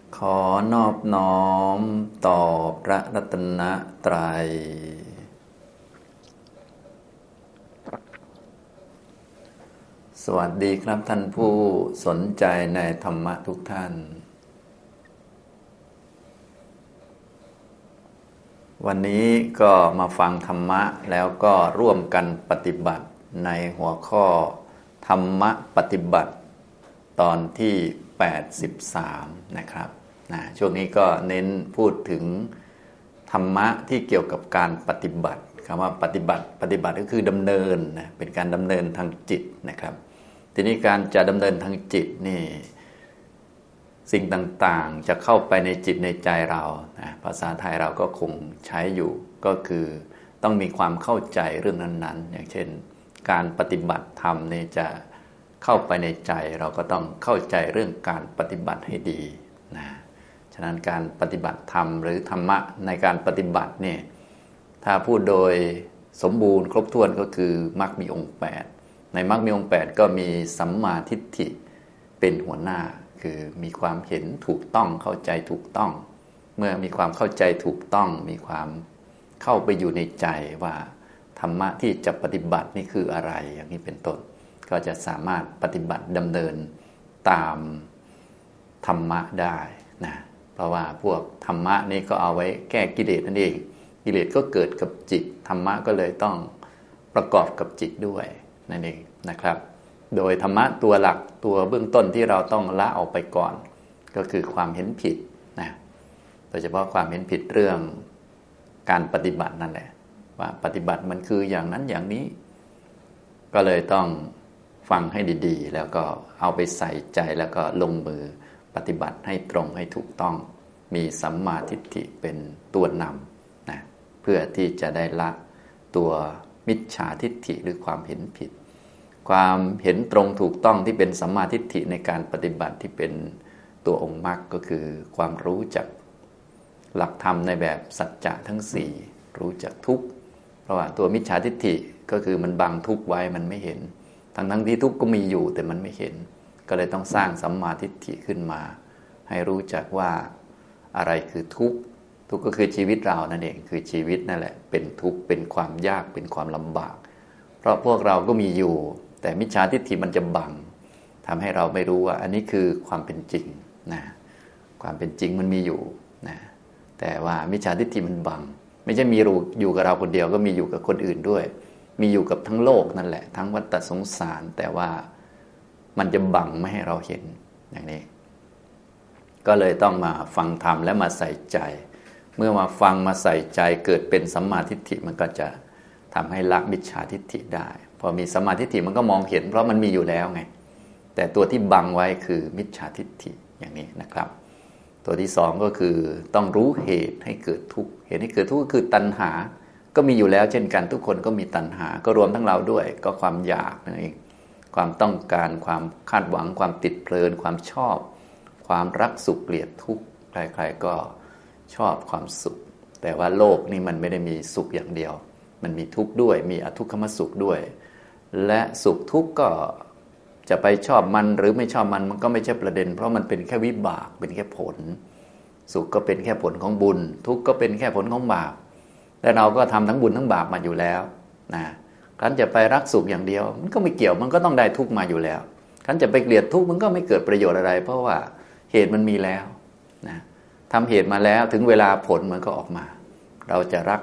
ขอนอบน้อมต่อพระรัตนตรัยสวัสดีครับท่านผู้สนใจในธรรมะทุกท่านวันนี้ก็มาฟังธรรมะแล้วก็ร่วมกันปฏิบัติในหัวข้อธรรมะปฏิบัติตอนที่83นะครับช่วงนี้ก็เน้นพูดถึงธรรมะที่เกี่ยวกับการปฏิบัติคำว่าปฏิบัติก็คือดำเนินนะเป็นการดำเนินทางจิตนะครับทีนี้การจะดำเนินทางจิตนี่สิ่งต่างๆจะเข้าไปในจิตในใจเรานะภาษาไทยเราก็คงใช้อยู่ก็คือต้องมีความเข้าใจเรื่องนั้นๆอย่างเช่นการปฏิบัติธรรมนี่จะเข้าไปในใจเราก็ต้องเข้าใจเรื่องการปฏิบัติให้ดีนะฉะนั้นการปฏิบัติธรรมหรือธรรมะในการปฏิบัติเนี่ยถ้าพูดโดยสมบูรณ์ครบถ้วนก็คือมรรคมีองค์8ในมรรคมีองค์8ก็มีสัมมาทิฏฐิเป็นหัวหน้าคือมีความเห็นถูกต้องเข้าใจถูกต้องเมื่อมีความเข้าใจถูกต้องมีความเข้าไปอยู่ในใจว่าธรรมะที่จะปฏิบัตินี่คืออะไรอย่างนี้เป็นต้นก็จะสามารถปฏิบัติดำเนินตามธรรมะได้นะเพราะว่าพวกธรรมะนี่ก็เอาไว้แก้กิเลสนั่นเองกิเลสก็เกิดกับจิตธรรมะก็เลยต้องประกอบกับจิตด้วยนั่นเองนะครับโดยธรรมะตัวหลักตัวเบื้องต้นที่เราต้องละออกไปก่อนก็คือความเห็นผิดนะโดยเฉพาะความเห็นผิดเรื่องการปฏิบัตินั่นแหละว่าปฏิบัติมันคืออย่างนั้นอย่างนี้ก็เลยต้องฟังให้ดีๆแล้วก็เอาไปใส่ใจแล้วก็ลงมือปฏิบัติให้ตรงให้ถูกต้องมีสัมมาทิฏฐิเป็นตัวนำนะเพื่อที่จะได้ละตัวมิจฉาทิฏฐิหรือความเห็นผิดความเห็นตรงถูกต้องที่เป็นสัมมาทิฏฐิในการปฏิบัติที่เป็นตัวองค์มรรคก็คือความรู้จักหลักธรรมในแบบสัจจะทั้ง4รู้จักทุกข์เพราะว่าตัวมิจฉาทิฏฐิก็คือมันบังทุกข์ไว้มันไม่เห็นทั้งที่ทุกข์ก็มีอยู่แต่มันไม่เห็นก็เลยต้องสร้างสัมมาทิฏฐิขึ้นมาให้รู้จักว่าอะไรคือทุกข์ทุกข์ก็คือชีวิตเรานั่นเองคือชีวิตนั่นแหละเป็นทุกข์เป็นความยากเป็นความลำบากเพราะพวกเราก็มีอยู่แต่มิจฉาทิฏฐิมันจะบังทำให้เราไม่รู้ว่าอันนี้คือความเป็นจริงนะความเป็นจริงมันมีอยู่นะแต่ว่ามิจฉาทิฏฐิมันบังไม่ใช่มีอยู่กับเราคนเดียวก็มีอยู่กับคนอื่นด้วยมีอยู่กับทั้งโลกนั่นแหละทั้งวัฏสงสารแต่ว่ามันจะบังไม่ให้เราเห็นอย่างนี้ก็เลยต้องมาฟังธรรมและมาใส่ใจเมื่อมาฟังมาใส่ใจเกิดเป็นสัมมาทิฏฐิมันก็จะทำให้ละมิจฉาทิฏฐิได้พอมีสัมมาทิฏฐิมันก็มองเห็นเพราะมันมีอยู่แล้วไงแต่ตัวที่บังไว้คือมิจฉาทิฏฐิอย่างนี้นะครับตัวที่สองก็คือต้องรู้เหตุให้เกิดทุกข์เหตุให้เกิดทุกข์ก็คือตัณหาก็มีอยู่แล้วเช่นกันทุกคนก็มีตัณหาก็รวมทั้งเราด้วยก็ความอยากนั่นเองความต้องการความคาดหวังความติดเพลินความชอบความรักสุขเกลียดทุกข์ใครๆก็ชอบความสุขแต่ว่าโลกนี่มันไม่ได้มีสุขอย่างเดียวมันมีทุกข์ด้วยมีอทุกขมสุขด้วยและสุขทุกข์ก็จะไปชอบมันหรือไม่ชอบมันก็ไม่ใช่ประเด็นเพราะมันเป็นแค่วิบากเป็นแค่ผลสุขก็เป็นแค่ผลของบุญทุกข์ก็เป็นแค่ผลของบาปและเราก็ทำทั้งบุญทั้งบาปมาอยู่แล้วนะครั้นจะไปรักสุขอย่างเดียวมันก็ไม่เกี่ยวมันก็ต้องได้ทุกข์มาอยู่แล้วครั้นจะไปเกลียดทุกข์มันก็ไม่เกิดประโยชน์อะไรเพราะว่าเหตุมันมีแล้วนะทำเหตุมาแล้วถึงเวลาผลมันก็ออกมาเราจะรัก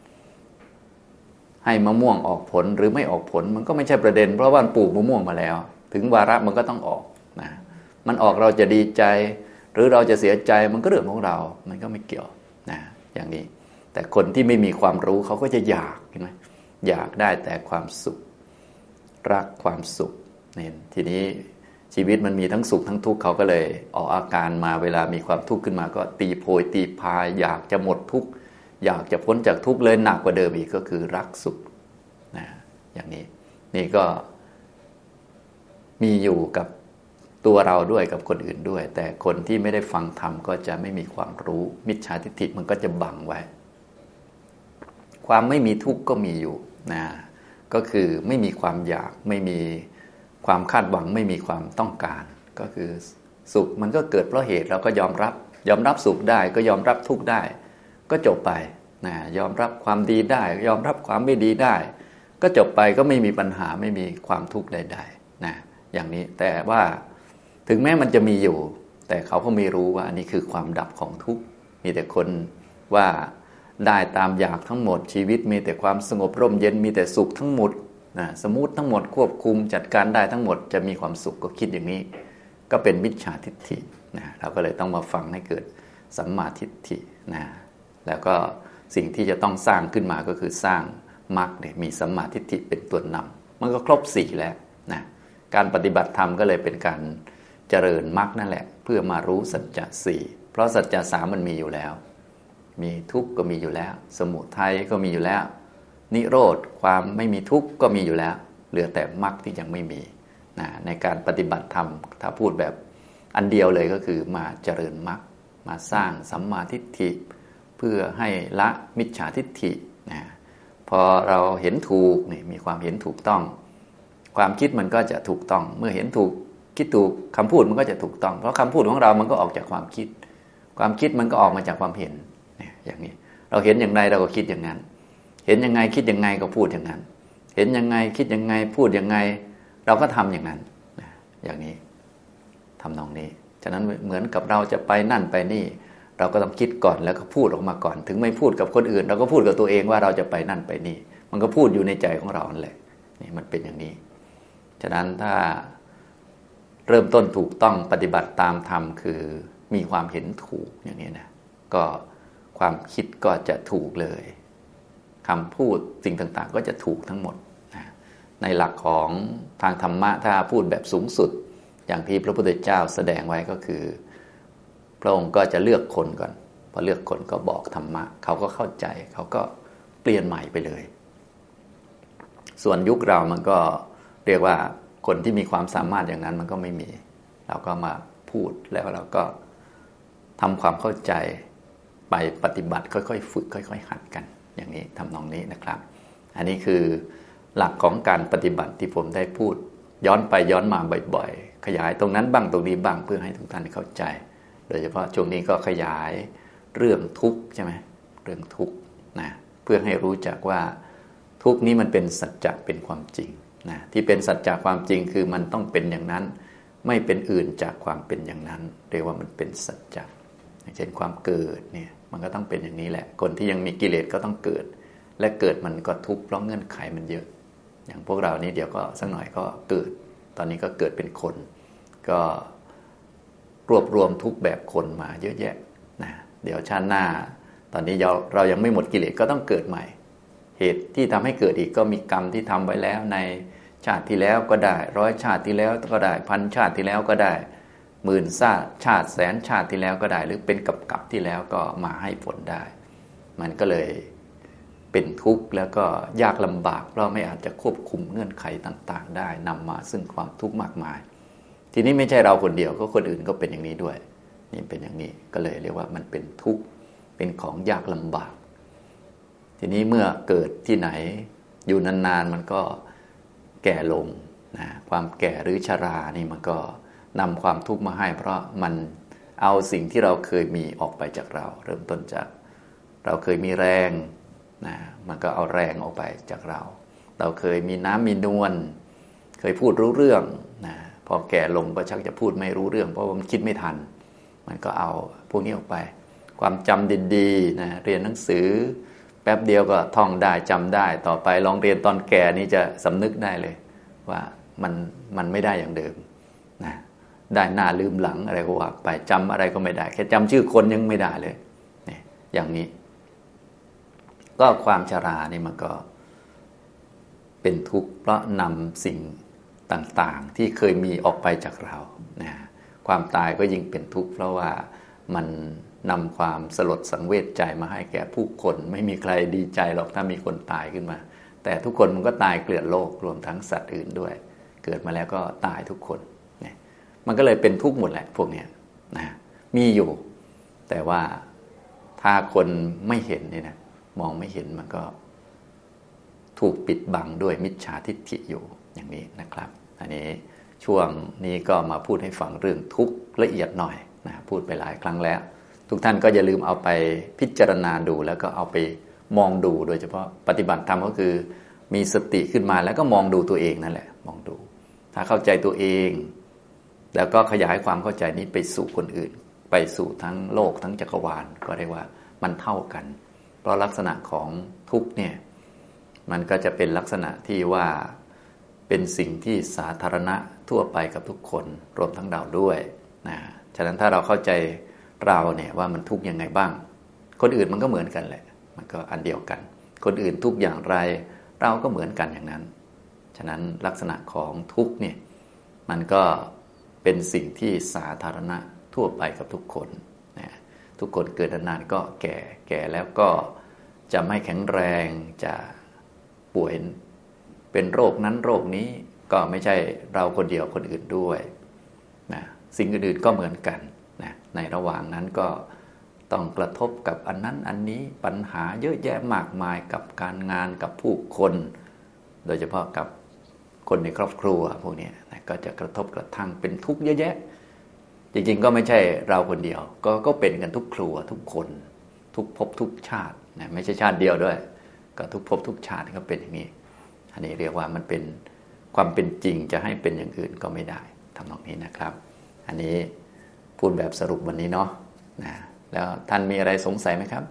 ให้มะม่วงออกผลหรือไม่ออกผลมันก็ไม่ใช่ประเด็นเพราะว่าปลูกมะม่วงมาแล้วถึงวาระมันก็ต้องออกนะมันออกเราจะดีใจหรือเราจะเสียใจมันก็เรื่องของเรามันก็ไม่เกี่ยวนะอย่างนี้แต่คนที่ไม่มีความรู้เขาก็จะอยากเห็นไหมอยากได้แต่ความสุขรักความสุขเนี่ยทีนี้ชีวิตมันมีทั้งสุขทั้งทุกข์เขาก็เลยออกอาการมาเวลามีความทุกข์ขึ้นมาก็ตีโพยตีพายอยากจะหมดทุกข์อยากจะพ้นจากทุกข์เลยหนักกว่าเดิมอีกก็คือรักสุขนะอย่างนี้นี่ก็มีอยู่กับตัวเราด้วยกับคนอื่นด้วยแต่คนที่ไม่ได้ฟังธรรมก็จะไม่มีความรู้มิจฉาทิฏฐิมันก็จะบังไว้ความไม่มีทุกข์ก็มีอยู่นะก็คือไม่มีความอยากไม่มีความคาดหวังไม่มีความต้องการก็คือสุขมันก็เกิดเพราะเหตุเราก็ยอมรับยอมรับสุขได้ก็ยอมรับทุกข์ได้ก็จบไปนะยอมรับความดีได้ยอมรับความไม่ดีได้ก็จบไปก็ไม่มีปัญหาไม่มีความทุกข์ใดๆนะอย่างนี้แต่ว่าถึงแม้มันจะมีอยู่แต่เขาก็ไม่รู้ว่าอันนี้คือความดับของทุกข์มีแต่คนว่าได้ตามอยากทั้งหมดชีวิตมีแต่ความสงบร่มเย็นมีแต่สุขทั้งหมดนะสมมุติทั้งหมดควบคุมจัดการได้ทั้งหมดจะมีความสุขก็คิดอย่างนี้ก็เป็นมิจฉาทิฏฐินะเราก็เลยต้องมาฟังให้เกิดสัมมาทิฏฐินะแล้วก็สิ่งที่จะต้องสร้างขึ้นมาก็คือสร้างมรรคเนี่ยมีสัมมาทิฏฐิเป็นตัวนำมันก็ครบ4แล้วนะการปฏิบัติธรรมก็เลยเป็นการเจริญมรรคนั่นแหละเพื่อมารู้สัจจะ4เพราะสัจจะ3มันมีอยู่แล้วมีทุกข์ก็มีอยู่แล้วสมุทัยก็มีอยู่แล้วนิโรธความไม่มีทุกข์ก็มีอยู่แล้วเหลือแต่มรรคที่ยังไม่มีนะในการปฏิบัติธรรมถ้าพูดแบบอันเดียวเลยก็คือมาเจริญมรรคมาสร้างสัมมาทิฏฐิเพื่อให้ละมิจฉาทิฏฐินะพอเราเห็นถูกนี่มีความเห็นถูกต้องความคิดมันก็จะถูกต้องเมื่อเห็นถูกคิดถูกคำพูดมันก็จะถูกต้องเพราะคำพูดของเรามันก็ออกจากความคิดความคิดมันก็ออกมาจากความเห็นอย่างนี้เราเห็นอย่างไรเราก็คิดอย่างนั้นเห็นยังไงคิดยังไงก็พูดอย่างนั้นเห็นยังไงคิดยังไงพูดยังไงเราก็ทำอย่างนั้นอย่างนี้ทำนองนี้ฉะนั้นเหมือนกับเราจะไปนั่นไปนี่เราก็ต้องคิดก่อนแล้วก็พูดออกมาก่อนถึงไม่พูดกับคนอื่นเราก็พูดกับตัวเองว่าเราจะไปนั่นไปนี่มันก็พูดอยู่ในใจของเรานั่นแหละนี่มันเป็นอย่างนี้ฉะนั้นถ้าเริ่มต้นถูกต้องปฏิบัติตามธรรมคือมีความเห็นถูกอย่างนี้นะก็ความคิดก็จะถูกเลยคำพูดสิ่งต่างๆก็จะถูกทั้งหมดนะในหลักของทางธรรมะถ้าพูดแบบสูงสุดอย่างที่พระพุทธเจ้าแสดงไว้ก็คือพระองค์ก็จะเลือกคนก่อนพอเลือกคนก็บอกธรรมะเขาก็เข้าใจเขาก็เปลี่ยนใหม่ไปเลยส่วนยุคเรามันก็เรียกว่าคนที่มีความสามารถอย่างนั้นมันก็ไม่มีเราก็มาพูดแล้วเราก็ทำความเข้าใจไปปฏิบัติค่อยๆฝึกค่อยๆหัดกันอย่างนี้ทำนองนี้นะครับอันนี้คือหลักของการปฏิบัติที่ผมได้พูดย้อนไปย้อนมาบ่อยๆขยายตรงนั้นบ้างตรงนี้บ้างเพื่อให้ทุกท่านเข้าใจโดยเฉพาะช่วงนี้ก็ขยายเรื่องทุกข์ใช่ไหมเรื่องทุกข์นะเพื่อให้รู้จักว่าทุกข์นี้มันเป็นสัจจะเป็นความจริงนะที่เป็นสัจจะความจริงคือมันต้องเป็นอย่างนั้นไม่เป็นอื่นจากความเป็นอย่างนั้นเรียกว่ามันเป็นสัจจะอย่างเช่นความเกิดเนี่ยมันก็ต้องเป็นอย่างนี้แหละคนที่ยังมีกิเลสก็ต้องเกิดและเกิดมันก็ทุกข์เพราะเงื่อนไขมันเยอะอย่างพวกเรานี่เดี๋ยวก็สักหน่อยก็เกิดตอนนี้ก็เกิดเป็นคนก็รวบรวมทุกแบบคนมาเยอะแยะนะเดี๋ยวชาติหน้าตอนนี้เรายังไม่หมดกิเลสก็ต้องเกิดใหม่เหตุที่ทำให้เกิดอีกก็มีกรรมที่ทำไว้แล้วในชาติที่แล้วก็ได้100 ชาติที่แล้วก็ได้1,000 ชาติที่แล้วก็ได้10,000 ชาติ100,000 ชาติที่แล้วก็ได้หรือเป็นกับที่แล้วก็มาให้ผลได้มันก็เลยเป็นทุกข์แล้วก็ยากลำบากเพราะไม่อาจจะควบคุมเงื่อนไขต่างๆได้นำมาซึ่งความทุกข์มากมายทีนี้ไม่ใช่เราคนเดียวก็คนอื่นก็เป็นอย่างนี้ด้วยนี่เป็นอย่างนี้ก็เลยเรียกว่ามันเป็นทุกข์เป็นของยากลำบากทีนี้เมื่อเกิดที่ไหนอยู่นานๆมันก็แก่ลงนะความแก่หรือชรานี่มันก็นำความทุกข์มาให้เพราะมันเอาสิ่งที่เราเคยมีออกไปจากเราเริ่มต้นจากเราเคยมีแรงนะมันก็เอาแรงออกไปจากเราเคยมีน้ำมีนวลเคยพูดรู้เรื่องนะพอแก่ลงก็ชักจะพูดไม่รู้เรื่องเพราะว่ามันคิดไม่ทันมันก็เอาพวกนี้ออกไปความจำดีๆนะเรียนหนังสือแป๊บเดียวก็ท่องได้จำได้ต่อไปลองเรียนตอนแก่นี้จะสำนึกได้เลยว่ามันไม่ได้อย่างเดิมนะได้หน้าลืมหลังอะไรก็ว่าไปจำอะไรก็ไม่ได้แค่จำชื่อคนยังไม่ได้เลยนี่อย่างนี้ก็ความชรานี่มันก็เป็นทุกข์เพราะนำสิ่งต่างๆที่เคยมีออกไปจากเรานะความตายก็ยิ่งเป็นทุกข์เพราะว่ามันนำความสลดสังเวชใจมาให้แก่ผู้คนไม่มีใครดีใจหรอกถ้ามีคนตายขึ้นมาแต่ทุกคนมันก็ตายเกลื่อนโลกรวมทั้งสัตว์อื่นด้วยเกิดมาแล้วก็ตายทุกคนเนี่ยมันก็เลยเป็นทุกข์หมดแหละพวกเนี้ยนะมีอยู่แต่ว่าถ้าคนไม่เห็นเนี่ยนะมองไม่เห็นมันก็ถูกปิดบังด้วยมิจฉาทิฏฐิอยู่อย่างนี้นะครับอันนี้ช่วงนี้ก็มาพูดให้ฟังเรื่องทุกข์ละเอียดหน่อยนะพูดไปหลายครั้งแล้วทุกท่านก็อย่าลืมเอาไปพิจารณาดูแล้วก็เอาไปมองดูโดยเฉพาะปฏิบัติธรรมก็คือมีสติขึ้นมาแล้วก็มองดูตัวเองนั่นแหละมองดูถ้าเข้าใจตัวเองแล้วก็ขยายความเข้าใจนี้ไปสู่คนอื่นไปสู่ทั้งโลกทั้งจักรวาลก็เรียกว่ามันเท่ากันเพราะลักษณะของทุกข์เนี่ยมันก็จะเป็นลักษณะที่ว่าเป็นสิ่งที่สาธารณะทั่วไปกับทุกคนรวมทั้งเราด้วยนะฉะนั้นถ้าเราเข้าใจเราเนี่ยว่ามันทุกข์ยังไงบ้างคนอื่นมันก็เหมือนกันแหละมันก็อันเดียวกันคนอื่นทุกข์อย่างไรเราก็เหมือนกันอย่างนั้นฉะนั้นลักษณะของทุกข์เนี่ยมันก็เป็นสิ่งที่สาธารณะทั่วไปกับทุกคนนะทุกคนเกิดนานๆก็แก่แล้วก็จะไม่แข็งแรงจะป่วยเป็นโรคนั้นโรคนี้ก็ไม่ใช่เราคนเดียวคนอื่นด้วยนะสิ่งอื่นๆก็เหมือนกันนะในระหว่างนั้นก็ต้องกระทบกับอันนั้นอันนี้ปัญหาเยอะแยะมากมายกับการงานกับผู้คนโดยเฉพาะกับคนในครอบครัวพวกนี้นะก็จะกระทบกระทั่งเป็นทุกข์เยอะแยะจริงๆก็ไม่ใช่เราคนเดียวก็เป็นกันทุกครัวทุกคนทุกภพทุกชาตินะไม่ใช่ชาติเดียวด้วยก็ทุกภพทุกชาติก็เป็นอย่างนี้อันนี้เรียกว่ามันเป็นความเป็นจริงจะให้เป็นอย่างอื่นก็ไม่ได้ทำนองนี้นะครับอันนี้พูดแบบสรุปวันนี้เนาะนะแล้วท่านมีอะไรสงสัยไหมครับ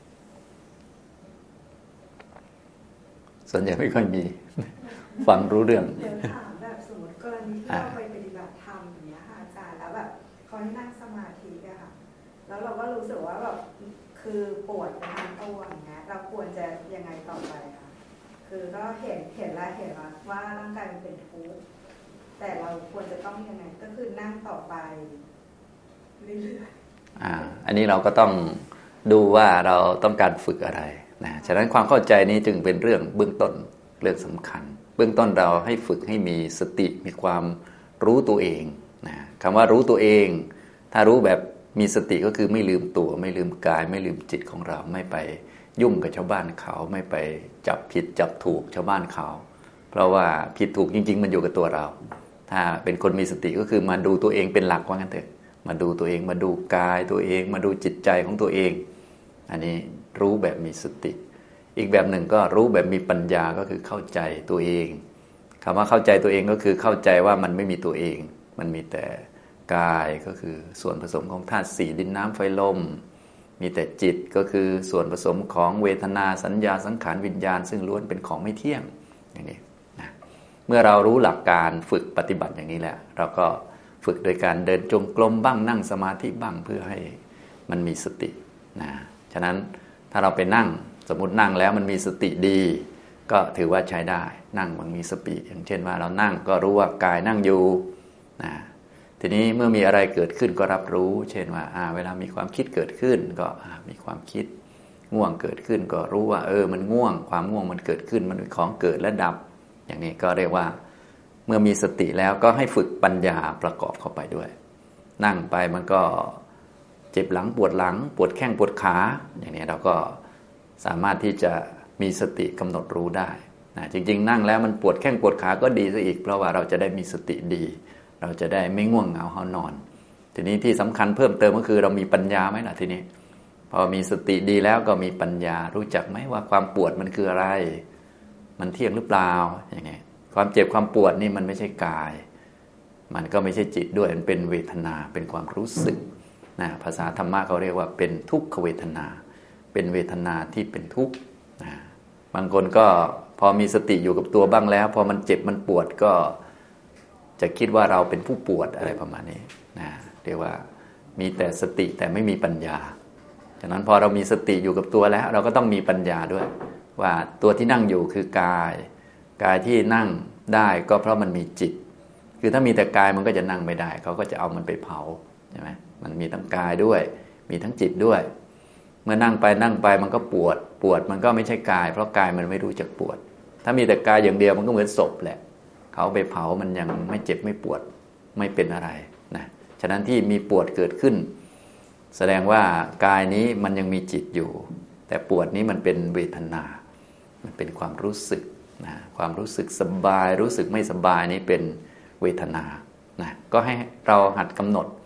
ส่วนใหญ่ไม่ค่อยมี ฟังรู้เรื่องเดี๋ยวถามแบบสมมติกรณีที่เราไปปฏิบัติธรรมอย่างเงี้ยค่ะอาจารย์แล้วแบบเขาให้นั่งสมาธิอะค่ะแล้วเราก็รู้สึกว่าแบบคือปวดไปทั้งตัวอย่างเงี้ยเราควรจะยังไงต่อไปคะคือก็เห็นแล้วว่าร่างกายมันเป็นทุกข์แต่เราควรจะต้องยังไงก็คือนั่งต่อไปเรื่อยอันนี้เราก็ต้องดูว่าเราต้องการฝึกอะไรนะฉะนั้นความเข้าใจนี้จึงเป็นเรื่องเบื้องต้นเรื่องสำคัญเบื้องต้นเราให้ฝึกให้มีสติมีความรู้ตัวเองนะคำว่ารู้ตัวเองถ้ารู้แบบมีสติก็คือไม่ลืมตัวไม่ลืมกายไม่ลืมจิตของเราไม่ไปยุ่งกับชาวบ้านเขาไม่ไปจับผิดจับถูกชาวบ้านเขาเพราะว่าผิดถูกจริงๆมันอยู่กับตัวเราถ้าเป็นคนมีสติก็คือมาดูตัวเองเป็นหลักว่างั้นเถอะมาดูตัวเองมาดูกายตัวเองมาดูจิตใจของตัวเองอันนี้รู้แบบมีสติอีกแบบหนึ่งก็รู้แบบมีปัญญาก็คือเข้าใจตัวเองคำว่าเข้าใจตัวเองก็คือเข้าใจว่ามันไม่มีตัวเองมันมีแต่กายก็คือส่วนผสมของธาตุสี่ดินน้ำไฟลมมีแต่จิตก็คือส่วนผสมของเวทนาสัญญาสังขารวิญญาณซึ่งล้วนเป็นของไม่เที่ยงอย่างนี้นะเมื่อเรารู้หลักการฝึกปฏิบัติอย่างนี้แล้วเราก็ฝึกโดยการเดินจงกรมบ้างนั่งสมาธิบ้างเพื่อให้มันมีสตินะฉะนั้นถ้าเราไปนั่งสมมุตินั่งแล้วมันมีสติดีก็ถือว่าใช้ได้นั่งมันมีสติอย่างเช่นว่าเรานั่งก็รู้ว่ากายนั่งอยู่นะทีนี้เมื่อมีอะไรเกิดขึ้นก็รับรู้เช่นว่าเวลามีความคิดเกิดขึ้นก็มีความคิดง่วงเกิดขึ้นก็รู้ว่ามันง่วงความง่วงมันเกิดขึ้นมันเป็นของเกิดและดับอย่างนี้ก็เรียกว่าเมื่อมีสติแล้วก็ให้ฝึกปัญญาประกอบเข้าไปด้วยนั่งไปมันก็เจ็บหลังปวดหลังปวดแข้งปวดขาอย่างนี้เราก็สามารถที่จะมีสติกำหนดรู้ได้นะจริงๆนั่งแล้วมันปวดแข้งปวดขาก็ดีซะอีกเพราะว่าเราจะได้มีสติดีเราจะได้ไม่ง่วงเหงาหานอนทีนี้ที่สำคัญเพิ่มเติมก็คือเรามีปัญญาไหมล่ะทีนี้พอมีสติดีแล้วก็มีปัญญารู้จักไหมว่าความปวดมันคืออะไรมันเที่ยงหรือเปล่าอย่างนี้ความเจ็บความปวดนี่มันไม่ใช่กายมันก็ไม่ใช่จิตด้วยมันเป็นเวทนาเป็นความรู้สึกนะภาษาธรรมะเขาเรียกว่าเป็นทุกขเวทนาเป็นเวทนาที่เป็นทุกข์นะบางคนก็พอมีสติอยู่กับตัวบ้างแล้วพอมันเจ็บมันปวดก็จะคิดว่าเราเป็นผู้ปวดอะไรประมาณนี้นะเรียกว่ามีแต่สติแต่ไม่มีปัญญาฉะนั้นพอเรามีสติอยู่กับตัวแล้วเราก็ต้องมีปัญญาด้วยว่าตัวที่นั่งอยู่คือกายที่นั่งได้ก็เพราะมันมีจิตคือถ้ามีแต่กายมันก็จะนั่งไม่ได้เขาก็จะเอามันไปเผาใช่ไหมมันมีทั้งกายด้วยมีทั้งจิตด้วยเมื่อนั่งไปมันก็ปวดมันก็ไม่ใช่กายเพราะกายมันไม่รู้จักปวดถ้ามีแต่กายอย่างเดียวมันก็เหมือนศพแหละเขาไปเผามันยังไม่เจ็บไม่ปวดไม่เป็นอะไรนะฉะนั้นที่มีปวดเกิดขึ้นแสดงว่ากายนี้มันยังมีจิตอยู่แต่ปวดนี้มันเป็นเวทนามันเป็นความรู้สึกนะความรู้สึกสบายรู้สึกไม่สบายนี้เป็นเวทนานะก็ให้เราหัดกำหนด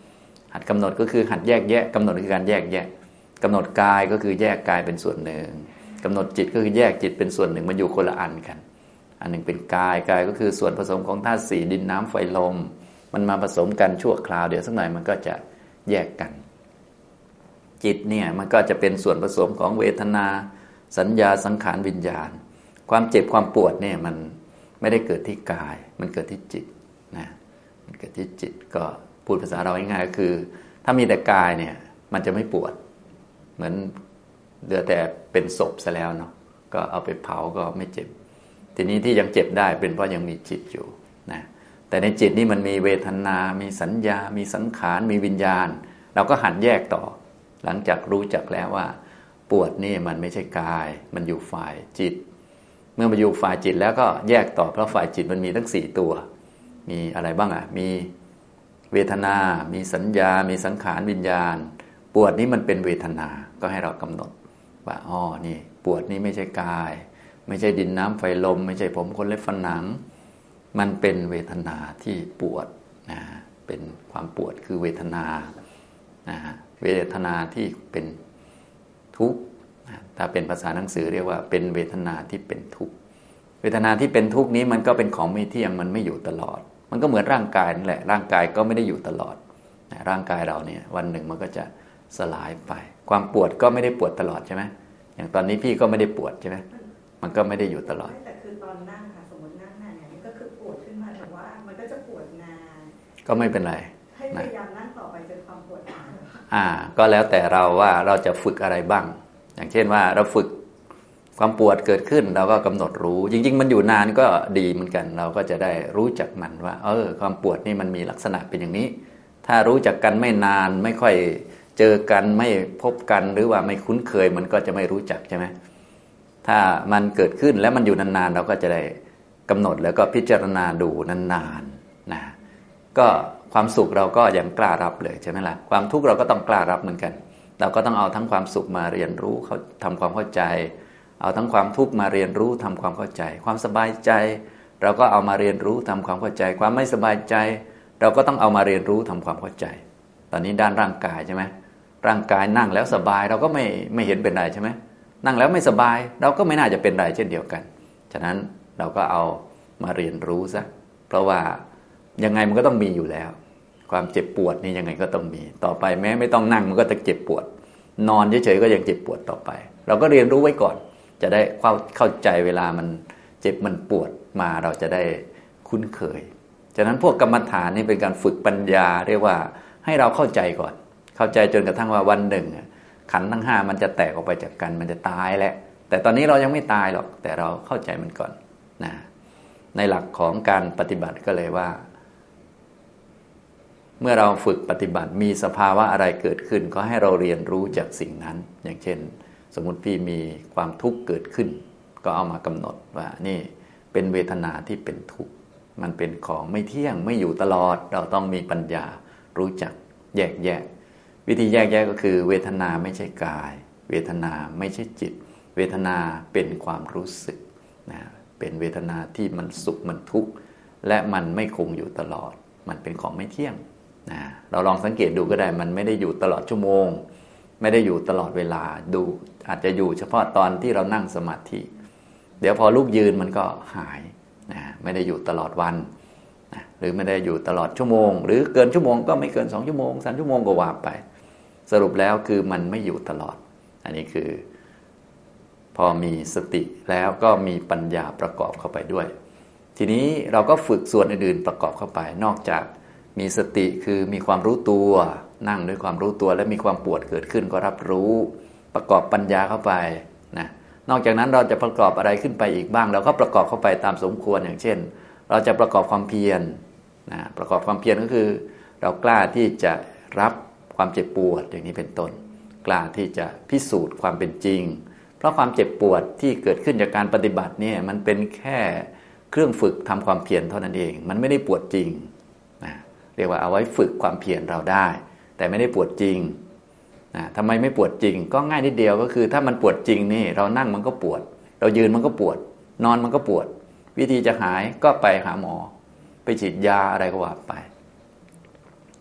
หัดกำหนดก็คือหัดแยกแยะกำหนดคือการแยกแยะกำหนดกายก็คือแยกกายเป็นส่วนหนึ่งกำหนดจิตก็คือแยกจิตเป็นส่วนหนึ่งมันอยู่คนละอันกันอันหนึ่งเป็นกายกายก็คือส่วนผสมของธาตุสี่ดินน้ำไฟลมมันมาผสมกันชั่วคราวเดี๋ยวสักหน่อยมันก็จะแยกกันจิตเนี่ยมันก็จะเป็นส่วนผสมของเวทนาสัญญาสังขารวิญญาณความเจ็บความปวดเนี่ยมันไม่ได้เกิดที่กายมันเกิดที่จิตนะมันเกิดที่จิตก็พูดภาษาเราง่ายๆก็คือถ้ามีแต่กายเนี่ยมันจะไม่ปวดเหมือนเหลือแต่เป็นศพซะแล้วเนาะก็เอาไปเผาก็ไม่เจ็บทีนี้ที่ยังเจ็บได้เป็นเพราะยังมีจิตอยู่นะแต่ในจิตนี่มันมีเวทนามีสัญญามีสังขารมีวิญญาณเราก็หันแยกต่อหลังจากรู้จักแล้วว่าปวดนี่มันไม่ใช่กายมันอยู่ฝ่ายจิตเมื่อมาอยู่ฝ่ายจิตแล้วก็แยกต่อเพราะฝ่ายจิตมันมีทั้ง4ตัวมีอะไรบ้างมีเวทนามีสัญญามีสังขารวิญญาณปวดนี้มันเป็นเวทนาก็ให้เรากำหนดว่านี่ปวดนี้ไม่ใช่กายไม่ใช่ดินน้ำไฟลมไม่ใช่ผมขนเล็บฟันหนังมันเป็นเวทนาที่ปวดนะเป็นความปวดคือเวทนานะเวทนาที่เป็นทุกข์ถ้าเป็นภาษาหนังสือเรียกว่าเป็นเวทนาที่เป็นทุกข์เวทนาที่เป็นทุกข์นี้มันก็เป็นของไม่เที่ยงมันไม่อยู่ตลอดมันก็เหมือนร่างกายนั่นแหละร่างกายก็ไม่ได้อยู่ตลอดร่างกายเราเนี่ยวันหนึ่งมันก็จะสลายไปความปวดก็ไม่ได้ปวดตลอดใช่ไหมอย่างตอนนี้พี่ก็ไม่ได้ปวดใช่ไหมมันก็ไม่ได้อยู่ตลอดแต่คือตอนนั่งค่ะสมมตินั่งนานเนี่ยก็คือปวดขึ้นมาแต่ว่ามันก็จะปวดนานก็ไม่เป็นไรให้พยายามนั่งต่อไปจนความปวดหายก็แล้วแต่เราว่าเราจะฝึกอะไรบ้างอย่างเช่นว่าเราฝึกความปวดเกิดขึ้นเราก็กำหนดรู้จริงๆมันอยู่นานก็ดีเหมือนกันเราก็จะได้รู้จักมันว่าความปวดนี่มันมีลักษณะเป็นอย่างนี้ถ้ารู้จักกันไม่นานไม่ค่อยเจอกันไม่พบกันหรือว่าไม่คุ้นเคยมันก็จะไม่รู้จักใช่ไหมถ้ามันเกิดขึ้นแล้วมันอยู่นานๆเราก็จะได้กำหนดแล้วก็พิจารณาดูนานๆนะก็ความสุขเราก็ยังกล้ารับเลยใช่ไหมล่ะความทุกข์เราก็ต้องกล้ารับเหมือนกันเราก็ต้องเอาทั้งความสุขมาเรียนรู้เขาทำความเข้าใจเอาทั้งความทุกข์มาเรียนรู้ทำความเข้าใจความสบายใจเราก็เอามาเรียนรู้ทำความเข้าใจความไม่สบายใจเราก็ต้องเอามาเรียนรู้ทำความเข้าใจตอนนี้ด้านร่างกายใช่ไหมร่างกายนั่งแล้วสบายเราก็ไม่เห็นเป็นไรใช่ไหมนั่งแล้วไม่สบายเราก็ไม่น่าจะเป็นไรเช่นเดียวกันฉะนั้นเราก็เอามาเรียนรู้ซะเพราะว่ายังไงมันก็ต้องมีอยู่แล้วความเจ็บปวดนี่ยังไงก็ต้องมีต่อไปแม้ไม่ต้องนั่งมันก็จะเจ็บปวดนอนเฉยๆก็ยังเจ็บปวดต่อไปเราก็เรียนรู้ไว้ก่อนจะได้เข้าใจเวลามันเจ็บมันปวดมาเราจะได้คุ้นเคยฉะนั้นพวกกรรมฐานนี่เป็นการฝึกปัญญาเรียกว่าให้เราเข้าใจก่อนเข้าใจจนกระทั่งว่าวันหนึ่งขันธ์ทั้ง5มันจะแตกออกไปจากกันมันจะตายแหละแต่ตอนนี้เรายังไม่ตายหรอกแต่เราเข้าใจมันก่อนนะในหลักของการปฏิบัติก็เลยว่าเมื่อเราฝึกปฏิบัติมีสภาวะอะไรเกิดขึ้นก็ให้เราเรียนรู้จากสิ่งนั้นอย่างเช่นสมมุติพี่มีความทุกข์เกิดขึ้นก็เอามากำหนดว่านี่เป็นเวทนาที่เป็นทุกข์มันเป็นของไม่เที่ยงไม่อยู่ตลอดเราต้องมีปัญญารู้จักแยกแยะวิธีแยกแยะก็คือเวทนาไม่ใช่กายเวทนาไม่ใช่จิตเวทนาเป็นความรู้สึกนะเป็นเวทนาที่มันสุขมันทุกข์และมันไม่คงอยู่ตลอดมันเป็นของไม่เที่ยงนะเราลองสังเกตดูก็ได้มันไม่ได้อยู่ตลอดชั่วโมงไม่ได้อยู่ตลอดเวลาดูอาจจะอยู่เฉพาะตอนที่เรานั่งสมาธิเดี๋ยวพอลุกยืนมันก็หายนะไม่ได้อยู่ตลอดวันนะหรือไม่ได้อยู่ตลอดชั่วโมงหรือเกินชั่วโมงก็ไม่เกิน2ชั่วโมง3ชั่วโมงก็ว่าไปสรุปแล้วคือมันไม่อยู่ตลอดอันนี้คือพอมีสติแล้วก็มีปัญญาประกอบเข้าไปด้วยทีนี้เราก็ฝึกส่วนอื่นๆประกอบเข้าไปนอกจากมีสติคือมีความรู้ตัวนั่งด้วยความรู้ตัวและมีความปวดเกิดขึ้นก็รับรู้ประกอบปัญญาเข้าไปนะนอกจากนั้นเราจะประกอบอะไรขึ้นไปอีกบ้างเราก็ประกอบเข้าไปตามสมควรอย่างเช่นเราจะประกอบความเพียรนะประกอบความเพียรก็คือเรากล้าที่จะรับความเจ็บปวดอย่างนี้เป็นต้นกล้าที่จะพิสูจน์ความเป็นจริงเพราะความเจ็บปวดที่เกิดขึ้นจากการปฏิบัติเนี่ยมันเป็นแค่เครื่องฝึกทำความเพียรเท่านั้นเองมันไม่ได้ปวดจริงนะเรียกว่าเอาไว้ฝึกความเพียรเราได้แต่ไม่ได้ปวดจริงนะทำไมไม่ปวดจริงก็ง่ายนิดเดียวก็คือถ้ามันปวดจริงนี่เรานั่งมันก็ปวดเรายืนมันก็ปวดนอนมันก็ปวดวิธีจะหายก็ไปหาหมอไปฉีดยาอะไรก็ว่าไปแ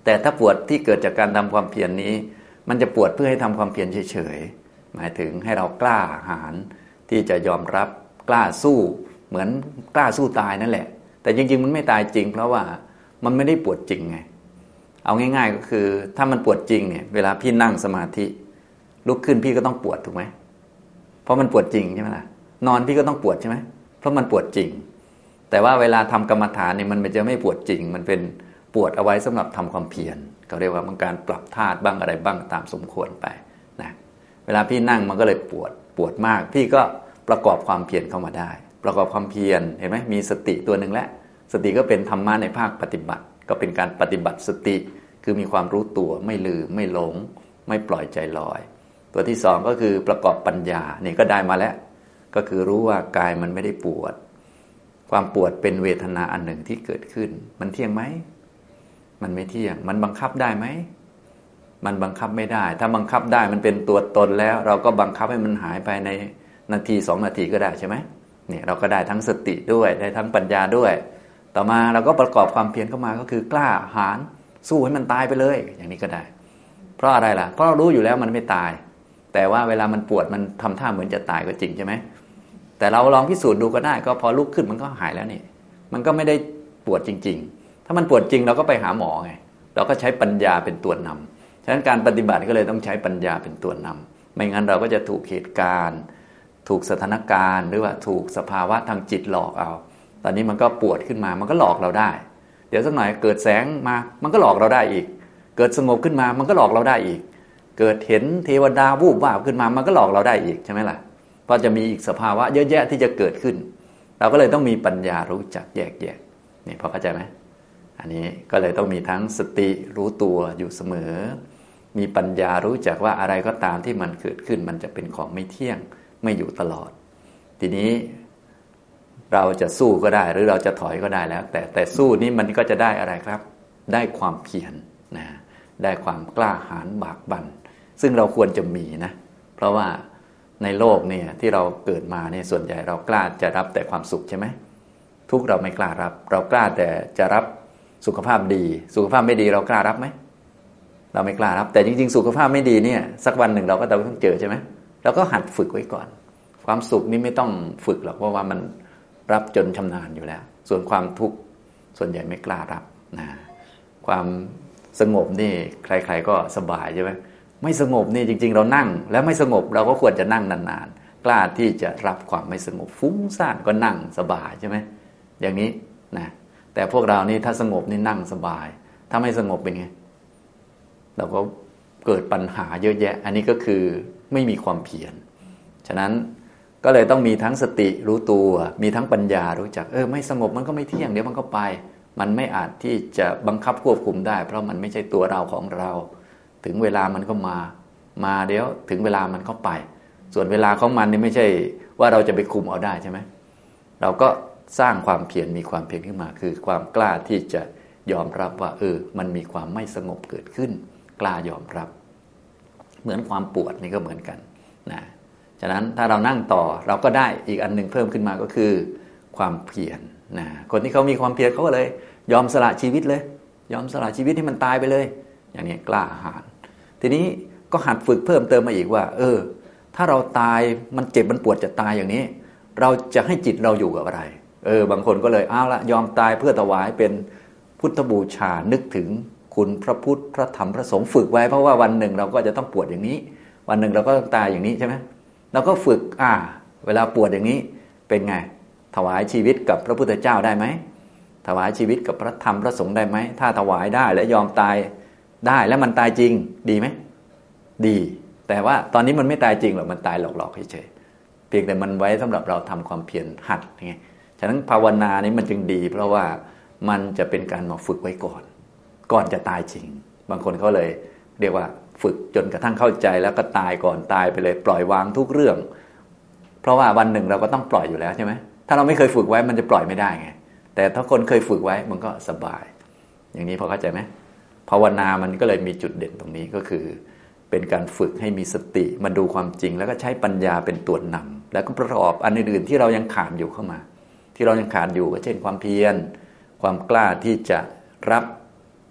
แต่ถ้าปวดที่เกิดจากการทำความเพียรนี้มันจะปวดเพื่อให้ทำความเพียรเฉยๆหมายถึงให้เรากล้าหาญที่จะยอมรับกล้าสู้เหมือนกล้าสู้ตายนั่นแหละแต่จริงๆมันไม่ตายจริงเพราะว่ามันไม่ได้ปวดจริงไงเอาง่ายๆก็คือถ้ามันปวดจริงเนี่ยเวลาพี่นั่งสมาธิลุกขึ้นพี่ก็ต้องปวดถูกไหมเพราะมันปวดจริงใช่ไหมล่ะนอนพี่ก็ต้องปวดใช่ไหมเพราะมันปวดจริงแต่ว่าเวลาทำกรรมฐานเนี่ยมันจะไม่ปวดจริงมันเป็นปวดเอาไว้สำหรับทำความเพียรเขาเรียกว่ามันการปรับธาตุบ้างอะไรบ้างตามสมควรไปนะเวลาพี่นั่งมันก็เลยปวดมากพี่ก็ประกอบความเพียรเข้ามาได้ประกอบความเพียรเห็นไหมมีสติตัวหนึ่งแล้วสติก็เป็นธรรมะในภาคปฏิบัติก็เป็นการปฏิบัติสติคือมีความรู้ตัวไม่ลืมไม่หลงไม่ปล่อยใจลอยตัวที่สองก็คือประกอบปัญญานี่ก็ได้มาแล้วก็คือรู้ว่ากายมันไม่ได้ปวดความปวดเป็นเวทนาอันหนึ่งที่เกิดขึ้นมันเที่ยงไหมมันไม่เที่ยงมันบังคับได้ไหมมันบังคับไม่ได้ถ้าบังคับได้มันเป็นตัวตนแล้วเราก็บังคับให้มันหายไปในนาที2 นาทีก็ได้ใช่ไหมเนี่ยเราก็ได้ทั้งสติด้วยได้ทั้งปัญญาด้วยต่อมาเราก็ประกอบความเพียรเข้ามาก็คือกล้าหาญสู้ให้มันตายไปเลยอย่างนี้ก็ได้เพราะอะไรล่ะเพราะเรารู้อยู่แล้วมันไม่ตายแต่ว่าเวลามันปวดมันทำท่าเหมือนจะตายก็จริงใช่ไหมแต่เราลองพิสูจน์ดูก็ได้ก็พอลุกขึ้นมันก็หายแล้วนี่มันก็ไม่ได้ปวดจริงๆถ้ามันปวดจริงเราก็ไปหาหมอไงเราก็ใช้ปัญญาเป็นตัวนำฉะนั้นการปฏิบัติก็เลยต้องใช้ปัญญาเป็นตัวนำไม่งั้นเราก็จะถูกเหตุการณ์ถูกสถานการณ์หรือว่าถูกสภาวะทางจิตหลอกเอาตอนนี้มันก็ปวดขึ้นมามันก็หลอกเราได้เดี๋ยวสักหน่อยเกิดแสงมามันก็หลอกเราได้อีกเกิดสงบขึ้นมามันก็หลอกเราได้อีกเกิดเห็นเทวดาวูบวาบขึ้นมามันก็หลอกเราได้อีกใช่ไหมล่ะเพราะจะมีอีกสภาวะเยอะแยะที่จะเกิดขึ้นเราก็เลยต้องมีปัญญารู้จักแยกนี่พอเข้าใจไหมอันนี้ก็เลยต้องมีทั้งสติรู้ตัวอยู่เสมอมีปัญญารู้จักว่าอะไรก็ตามที่มันเกิดขึ้นมันจะเป็นของไม่เที่ยงไม่อยู่ตลอดทีนี้เราจะสู้ก็ได้หรือเราจะถอยก็ได้แล้วแต่สู้นี้มันก็จะได้อะไรครับได้ความเพียรนะได้ความกล้าหาญบากบั่นซึ่งเราควรจะมีนะเพราะว่าในโลกเนี่ยที่เราเกิดมาเนี่ยส่วนใหญ่เรากล้าจะรับแต่ความสุขใช่ไหมทุกเราไม่กล้ารับเรากล้าแต่จะรับสุขภาพดีสุขภาพไม่ดีเรากล้ารับไหมเราไม่กล้ารับแต่จริงๆสุขภาพไม่ดีเนี่ยสักวันหนึ่งเราก็ต้องเจอใช่ไหมเราก็หัดฝึกไว้ก่อนความสุขนี่ไม่ต้องฝึกหรอกเพราะว่ามันรับจนชำนาญอยู่แล้วส่วนความทุกข์ส่วนใหญ่ไม่กล้ารับนะความสงบนี่ใครๆก็สบายใช่ไหมไม่สงบนี่จริงๆเรานั่งแล้วไม่สงบเราก็ควรจะนั่งนานๆกล้าที่จะรับความไม่สงบฟุ้งซ่านก็นั่งสบายใช่ไหมอย่างนี้นะแต่พวกเรานี่ถ้าสงบนี่นั่งสบายถ้าไม่สงบเป็นไงเราก็เกิดปัญหาเยอะแยะอันนี้ก็คือไม่มีความเพียรฉะนั้นก็เลยต้องมีทั้งสติรู้ตัวมีทั้งปัญญารู้จักไม่สงบมันก็ไม่เที่ยงเดี๋ยวมันก็ไปมันไม่อาจที่จะบังคับควบคุมได้เพราะมันไม่ใช่ตัวเราของเราถึงเวลามันก็มาเดี๋ยวถึงเวลามันก็ไปส่วนเวลาของมันนี่ไม่ใช่ว่าเราจะไปคุมเอาได้ใช่ไหมเราก็สร้างความเพียรมีความเพียรขึ้นมาคือความกล้าที่จะยอมรับว่ามันมีความไม่สงบเกิดขึ้นกล้ายอมรับเหมือนความปวดนี่ก็เหมือนกันนะฉะนั้นถ้าเรานั่งต่อเราก็ได้อีกอันหนึ่งเพิ่มขึ้นมาก็คือความเพียรนะคนที่เขามีความเพียรเขาก็เลยยอมสละชีวิตเลยยอมสละชีวิตให้มันตายไปเลยอย่างนี้กล้าหาญทีนี้ก็หัดฝึกเพิ่มเติมมาอีกว่าถ้าเราตายมันเจ็บมันปวดจะตายอย่างนี้เราจะให้จิตเราอยู่กับอะไรบางคนก็เลยเอาละยอมตายเพื่อถวายเป็นพุทธบูชานึกถึงคุณพระพุทธพระธรรมพระสงฆ์ฝึกไว้เพราะว่าวันหนึ่งเราก็จะต้องปวดอย่างนี้วันหนึ่งเราก็ต้องตายอย่างนี้ใช่ไหมเราก็ฝึกเวลาปวดอย่างนี้เป็นไงถวายชีวิตกับพระพุทธเจ้าได้ไหมถวายชีวิตกับพระธรรมพระสงฆ์ได้ไหมถ้าถวายได้และยอมตายได้แล้วมันตายจริงดีไหมดีแต่ว่าตอนนี้มันไม่ตายจริงหรอกมันตายหลอกๆเฉยๆเพียงแต่มันไว้สำหรับเราทำความเพียรหัดไงฉะนั้นภาวนานี้มันจึงดีเพราะว่ามันจะเป็นการมาฝึกไว้ก่อนจะตายจริงบางคนเขาเลยเรียกว่าฝึกจนกระทั่งเข้าใจแล้วก็ตายก่อนตายไปเลยปล่อยวางทุกเรื่องเพราะว่าวันหนึ่งเราก็ต้องปล่อยอยู่แล้วใช่ไหมถ้าเราไม่เคยฝึกไว้มันจะปล่อยไม่ได้ไงแต่ถ้าคนเคยฝึกไว้มันก็สบายอย่างนี้พอเข้าใจไหมภาวนามันก็เลยมีจุดเด่นตรงนี้ก็คือเป็นการฝึกให้มีสติมาดูความจริงแล้วก็ใช้ปัญญาเป็นตัวนำแล้วก็ประกอบอันอื่นๆที่เรายังขาดอยู่เข้ามาที่เรายังขาดอยู่ก็เช่นความเพียรความกล้าที่จะรับ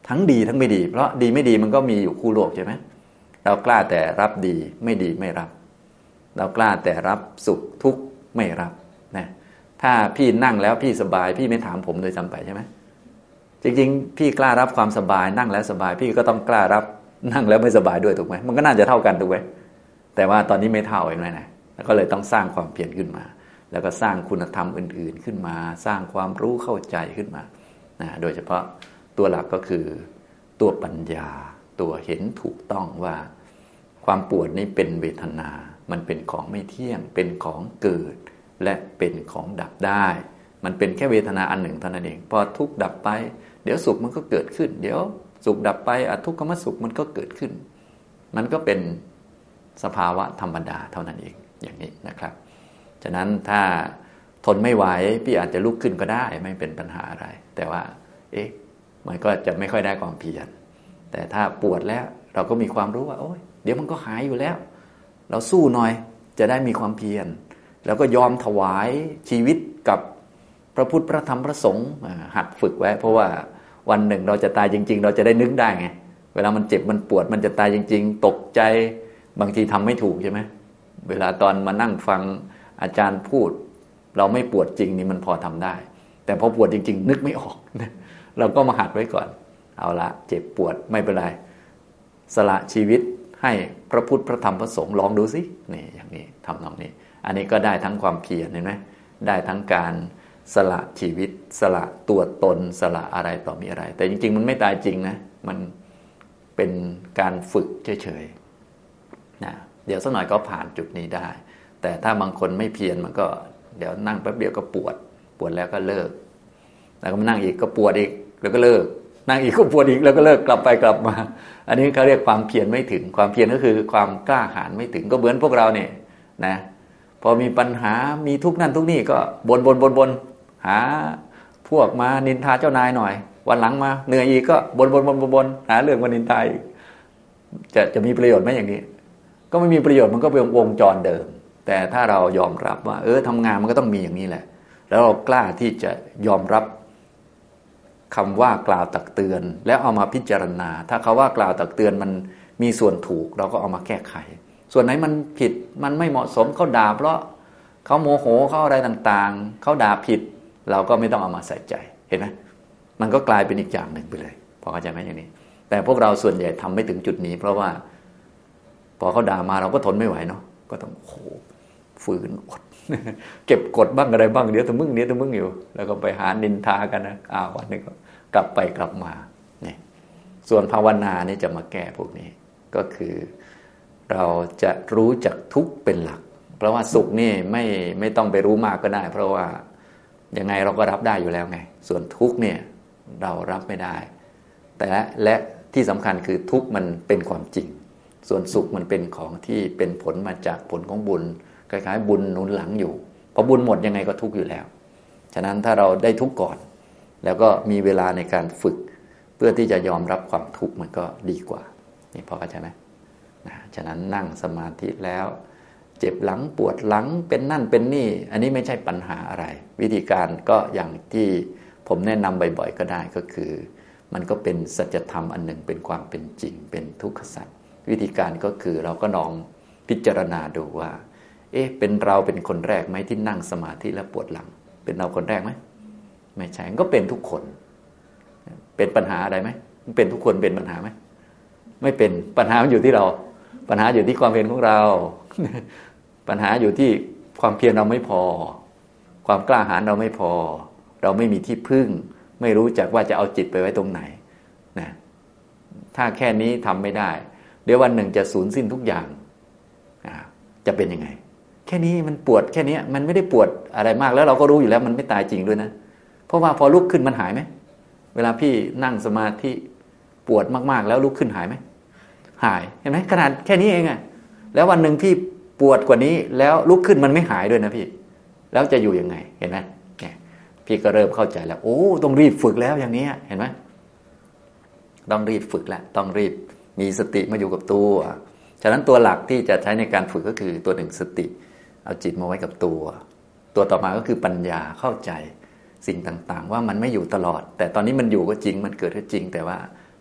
ทั้งดีทั้งไม่ดีเพราะดีไม่ดีมันก็มีอยู่คู่โลกใช่ไหมเรากล้าแต่รับดีไม่ดีไม่รับเรากล้าแต่รับสุขทุกข์ไม่รับนะถ้าพี่นั่งแล้วพี่สบายพี่ไม่ถามผมโดยซ้ำไปใช่ไหมจริงๆพี่กล้ารับความสบายนั่งแล้วสบายพี่ก็ต้องกล้ารับนั่งแล้วไม่สบายด้วยถูกไหมมันก็น่าจะเท่ากันถูกไหมแต่ว่าตอนนี้ไม่เท่าเองเลยนะแล้วก็เลยต้องสร้างความเพียรขึ้นมาแล้วก็สร้างคุณธรรมอื่นๆขึ้นมาสร้างความรู้เข้าใจขึ้นมานะโดยเฉพาะตัวหลักก็คือตัวปัญญาตัวเห็นถูกต้องว่าความปวดนี้เป็นเวทนามันเป็นของไม่เที่ยงเป็นของเกิดและเป็นของดับได้มันเป็นแค่เวทนาอันหนึ่งเท่านั้นเองพอทุกข์ดับไปเดี๋ยวสุขมันก็เกิดขึ้นเดี๋ยวสุขดับไปทุกขมสุขมันก็เกิดขึ้นมันก็เป็นสภาวะธรรมดาเท่านั้นเองอย่างนี้นะครับฉะนั้นถ้าทนไม่ไหวพี่อาจจะลุกขึ้นก็ได้ไม่เป็นปัญหาอะไรแต่ว่ามันก็จะไม่ค่อยได้ความเพียรแต่ถ้าปวดแล้วเราก็มีความรู้ว่าโอ๊ยเดี๋ยวมันก็หายอยู่แล้วเราสู้หน่อยจะได้มีความเพียรแล้วก็ยอมถวายชีวิตกับพระพุทธพระธรรมพระสงฆ์หัดฝึกไว้เพราะว่าวันหนึ่งเราจะตายจริงๆเราจะได้นึกได้ไงเวลามันเจ็บมันปวดมันจะตายจริงๆตกใจบางทีทำไม่ถูกใช่ไหมเวลาตอนมานั่งฟังอาจารย์พูดเราไม่ปวดจริงนี่มันพอทำได้แต่พอปวดจริงๆนึกไม่ออกเราก็มาหัดไว้ก่อนเอาละเจ็บปวดไม่เป็นไรสละชีวิตให้พระพุทธพระธรรมพระสงฆ์ลองดูสินี่อย่างนี้ทำนองนี้อันนี้ก็ได้ทั้งความเพียรเห็นไหมได้ทั้งการสละชีวิตสละตัวตนสละอะไรต่อมีอะไรแต่จริงๆมันไม่ตายจริงนะมันเป็นการฝึกเฉยๆนะเดี๋ยวสักหน่อยก็ผ่านจุดนี้ได้แต่ถ้าบางคนไม่เพียรมันก็เดี๋ยวนั่งแป๊บเดียวก็ปวดแล้วก็เลิกแล้วก็มานั่งอีกก็ปวดอีกแล้วก็เลิกนั่งอีกก็ปวดอีกแล้วก็เลิกกลับไปกลับมาอันนี้เขาเรียกความเพียรไม่ถึงความเพียรก็คือความกล้าหาญไม่ถึงก็เหมือนพวกเราเนี่ยนะพอมีปัญหามีทุกนั่นทุกนี่ก็บนหาพวกมานินทาเจ้านายหน่อยวันหลังมาเหนื่อยอีกก็บนหาเรื่องมานินทาอีกจะมีประโยชน์ไหมอย่างนี้ก็ไม่มีประโยชน์มันก็เป็นวงจรเดิมแต่ถ้าเรายอมรับว่าทำงานมันก็ต้องมีอย่างนี้แหละแล้วเรากล้าที่จะยอมรับคำว่ากล่าวตักเตือนแล้วเอามาพิจารณาถ้าเขาว่ากล่าวตักเตือนมันมีส่วนถูกเราก็เอามาแก้ไขส่วนไหนมันผิดมันไม่เหมาะสมเขาด่าเพราะเขาโมโหเขาอะไรต่างๆเขาด่าผิดเราก็ไม่ต้องเอามาใส่ใจเห็นไหมมันก็กลายเป็นอีกอย่างหนึ่งไปเลยพอเข้าใจไหมอย่างนี้แต่พวกเราส่วนใหญ่ทำไม่ถึงจุดนี้เพราะว่าพอเขาด่ามาเราก็ทนไม่ไหวเนาะก็ต้องฝืนอดเก็บกดบ้างอะไรบ้างเดี๋ยวแต่มึงอยู่แล้วก็ไปหานินทากันนะวันนึงก็กลับไปกลับมาเนี่ยส่วนภาวนานี่จะมาแก้พวกนี้ก็คือเราจะรู้จักทุกข์เป็นหลักเพราะว่าสุขนี่ไม่ต้องไปรู้มากก็ได้เพราะว่ายังไงเราก็รับได้อยู่แล้วไงส่วนทุกข์เนี่ยเรารับไม่ได้แต่และที่สำคัญคือทุกข์มันเป็นความจริงส่วนสุขมันเป็นของที่เป็นผลมาจากผลของบุญคล้ายๆบุญหนุนหลังอยู่พอบุญหมดยังไงก็ทุกข์อยู่แล้วฉะนั้นถ้าเราได้ทุกข์ก่อนแล้วก็มีเวลาในการฝึกเพื่อที่จะยอมรับความทุกข์มันก็ดีกว่านี่พอเข้าใจไหมฉะนั้นนั่งสมาธิแล้วเจ็บหลังปวดหลังเป็นนั่นเป็นนี่อันนี้ไม่ใช่ปัญหาอะไรวิธีการก็อย่างที่ผมแนะนำบ่อยๆก็ได้ก็คือมันก็เป็นสัจธรรมอันหนึ่งเป็นความเป็นจริงเป็นทุกขสัจวิธีการก็คือเราก็ลองพิจารณาดูว่าเป็นเราเป็นคนแรกไหมที่นั่งสมาธิแล้วปวดหลังเป็นเราคนแรกไหมไม่ใช่ก็เป็นทุกคนเป็นปัญหาอะไรไหมเป็นทุกคนเป็นปัญหาไหมไม่เป็นปัญหามันอยู่ที่เราปัญหาอยู่ที่ความเพียรของเราปัญหาอยู่ที่ความเพียรเราไม่พอความกล้าหาญเราไม่พอเราไม่มีที่พึ่งไม่รู้จักว่าจะเอาจิตไปไว้ตรงไหนนะถ้าแค่นี้ทำไม่ได้เดี๋ยววันหนึ่งจะสูญสิ้นทุกอย่างจะเป็นยังไงแค่นี้มันปวดแค่นี้มันไม่ได้ปวดอะไรมากแล้วเราก็รู้อยู่แล้วมันไม่ตายจริงด้วยนะเพราะว่าพอลุกขึ้นมันหายไหมเวลาพี่นั่งสมาธิปวดมากๆแล้วลุกขึ้นหายไหมหายเห็นไหมขนาดแค่นี้เองอะแล้ววันหนึ่งพี่ปวดกว่านี้แล้วลุกขึ้นมันไม่หายด้วยนะพี่แล้วจะอยู่ยังไงเห็นไหมพี่ก็เริ่มเข้าใจแล้วต้องรีบฝึกแล้วอย่างนี้เห็นไหมต้องรีบฝึกแล้วต้องรีบมีสติมาอยู่กับตัวฉะนั้นตัวหลักที่จะใช้ในการฝึกก็คือตัวหนึ่งสติเอาจิตมาไว้กับตัวต่อมาก็คือปัญญาเข้าใจสิ่งต่างๆว่ามันไม่อยู่ตลอดแต่ตอนนี้มันอยู่ก็จริงมันเกิดก็จริงแต่ว่า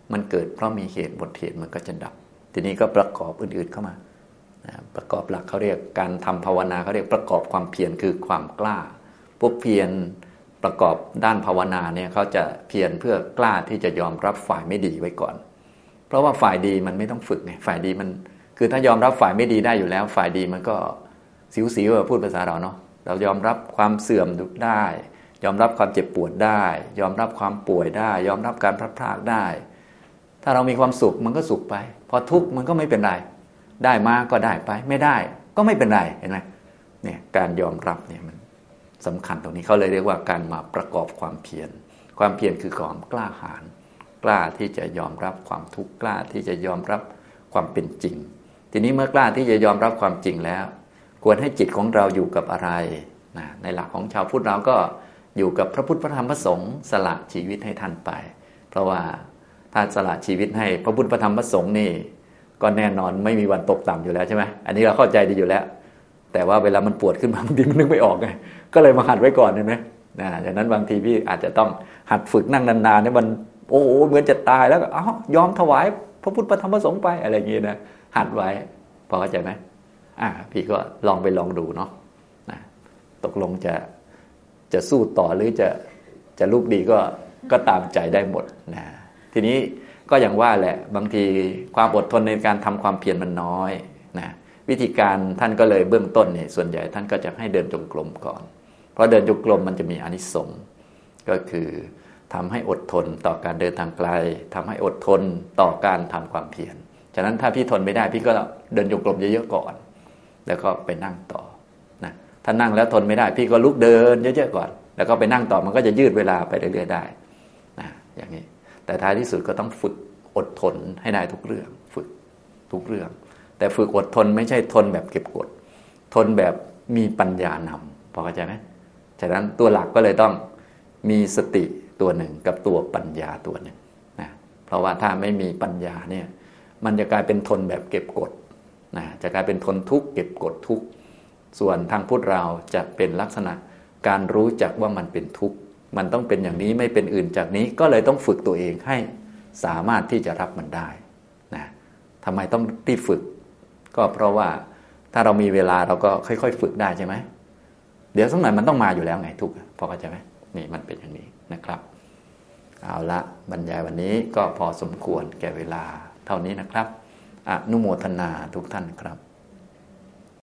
มันเกิดเพราะมีเหตุบทเหตุมันก็จะดับทีนี้ก็ประกอบอื่นๆเข้ามาประกอบหลักเขาเรียกการทำภาวนาเขาเรียกประกอบความเพียรคือความกล้าพวกเพียรประกอบด้านภาวนาเนี่ยเขาจะเพียรเพื่อกล้าที่จะยอมรับฝ่ายไม่ดีไว้ก่อนเพราะว่าฝ่ายดีมันไม่ต้องฝึกไงฝ่ายดีมันคือถ้ายอมรับฝ่ายไม่ดีได้อยู่แล้วฝ่ายดีมันก็สิวๆพูดภาษาเราเนาะเรายอมรับความเสื่อมได้ยอมรับความเจ็บปวดได้ยอมรับความป่วยได้ยอมรับการพลัดพรากได้ถ้าเรามีความสุขมันก็สุขไปพอทุกข์มันก็ไม่เป็นไรได้มาก็ได้ไปไม่ได้ก็ไม่เป็นไรเห็นไหมเนี่ยการยอมรับเนี่ยมันสำคัญตรงนี้เขาเลยเรียกว่าการมาประกอบความเพียรความเพียรคือความกล้าหาญกล้าที่จะยอมรับความทุกข์กล้าที่จะยอมรับความเป็นจริงทีนี้เมื่อกล้าที่จะยอมรับความจริงแล้วควรให้จิตของเราอยู่กับอะไรนะในหลักของชาวพุทธเราก็อยู่กับพระพุทธพระธรรมพระสงฆ์สละชีวิตให้ท่านไปเพราะว่าถ้าสละชีวิตให้พระพุทธพระธรรมพระสงฆ์นี่ก็แน่นอนไม่มีวันตกต่ำอยู่แล้วใช่ไหมอันนี้เราเข้าใจดีอยู่แล้วแต่ว่าเวลามันปวดขึ้นมาบางทีมันนึกไม่ออกไงก็เลยมาหัดไว้ก่อนเห็นไหมจากนั้นบางทีพี่อาจจะต้องหัดฝึกนั่งนานๆเนี่ยมันโอ้โหเหมือนจะตายแล้วก็ยอมถวายพระพุทธพระธรรมพระสงฆ์ไปอะไรอย่างเงี้ยนะหัดไว้พอเข้าใจไหมพี่ก็ลองดูเนาะตกลงจะสู้ต่อหรือจะลุกดีก็ตามใจได้หมดนะทีนี้ก็อย่างว่าแหละบางทีความอดทนในการทำความเพียรมันน้อยนะวิธีการท่านก็เลยเบื้องต้นเนี่ยส่วนใหญ่ท่านก็จะให้เดินจงกรมก่อนเพราะเดินจงกรมมันจะมีอานิสงส์ก็คือทำให้อดทนต่อการเดินทางไกลทำให้อดทนต่อการทำความเพียรฉะนั้นถ้าพี่ทนไม่ได้พี่ก็เดินจงกรมเยอะๆก่อนแล้วก็ไปนั่งต่อนะถ้านั่งแล้วทนไม่ได้พี่ก็ลุกเดินเยอะๆก่อนแล้วก็ไปนั่งต่อมันก็จะยืดเวลาไปเรื่อยๆได้นะอย่างนี้แต่ท้ายที่สุดก็ต้องฝึกอดทนให้ได้ทุกเรื่องฝึกทุกเรื่องแต่ฝึกอดทนไม่ใช่ทนแบบเก็บกดทนแบบมีปัญญานำพอเข้าใจไหมฉะนั้นตัวหลักก็เลยต้องมีสติตัวหนึ่งกับตัวปัญญาตัวหนึ่งนะเพราะว่าถ้าไม่มีปัญญาเนี่ยมันจะกลายเป็นทนแบบเก็บกดนะจะกลายเป็นทนทุกข์เก็บกดทุกข์ส่วนทางพุทธเราจะเป็นลักษณะการรู้จักว่ามันเป็นทุกข์มันต้องเป็นอย่างนี้ไม่เป็นอื่นจากนี้ก็เลยต้องฝึกตัวเองให้สามารถที่จะรับมันได้นะทำไมต้องรีบฝึกก็เพราะว่าถ้าเรามีเวลาเราก็ค่อยๆฝึกได้ใช่ไหมเดี๋ยวสักหน่อยมันต้องมาอยู่แล้วไงทุกข์พอเข้าใจไหมนี่มันเป็นอย่างนี้นะครับเอาละบรรยายวันนี้ก็พอสมควรแก่เวลาเท่านี้นะครับอนุโมทนาทุกท่านครับ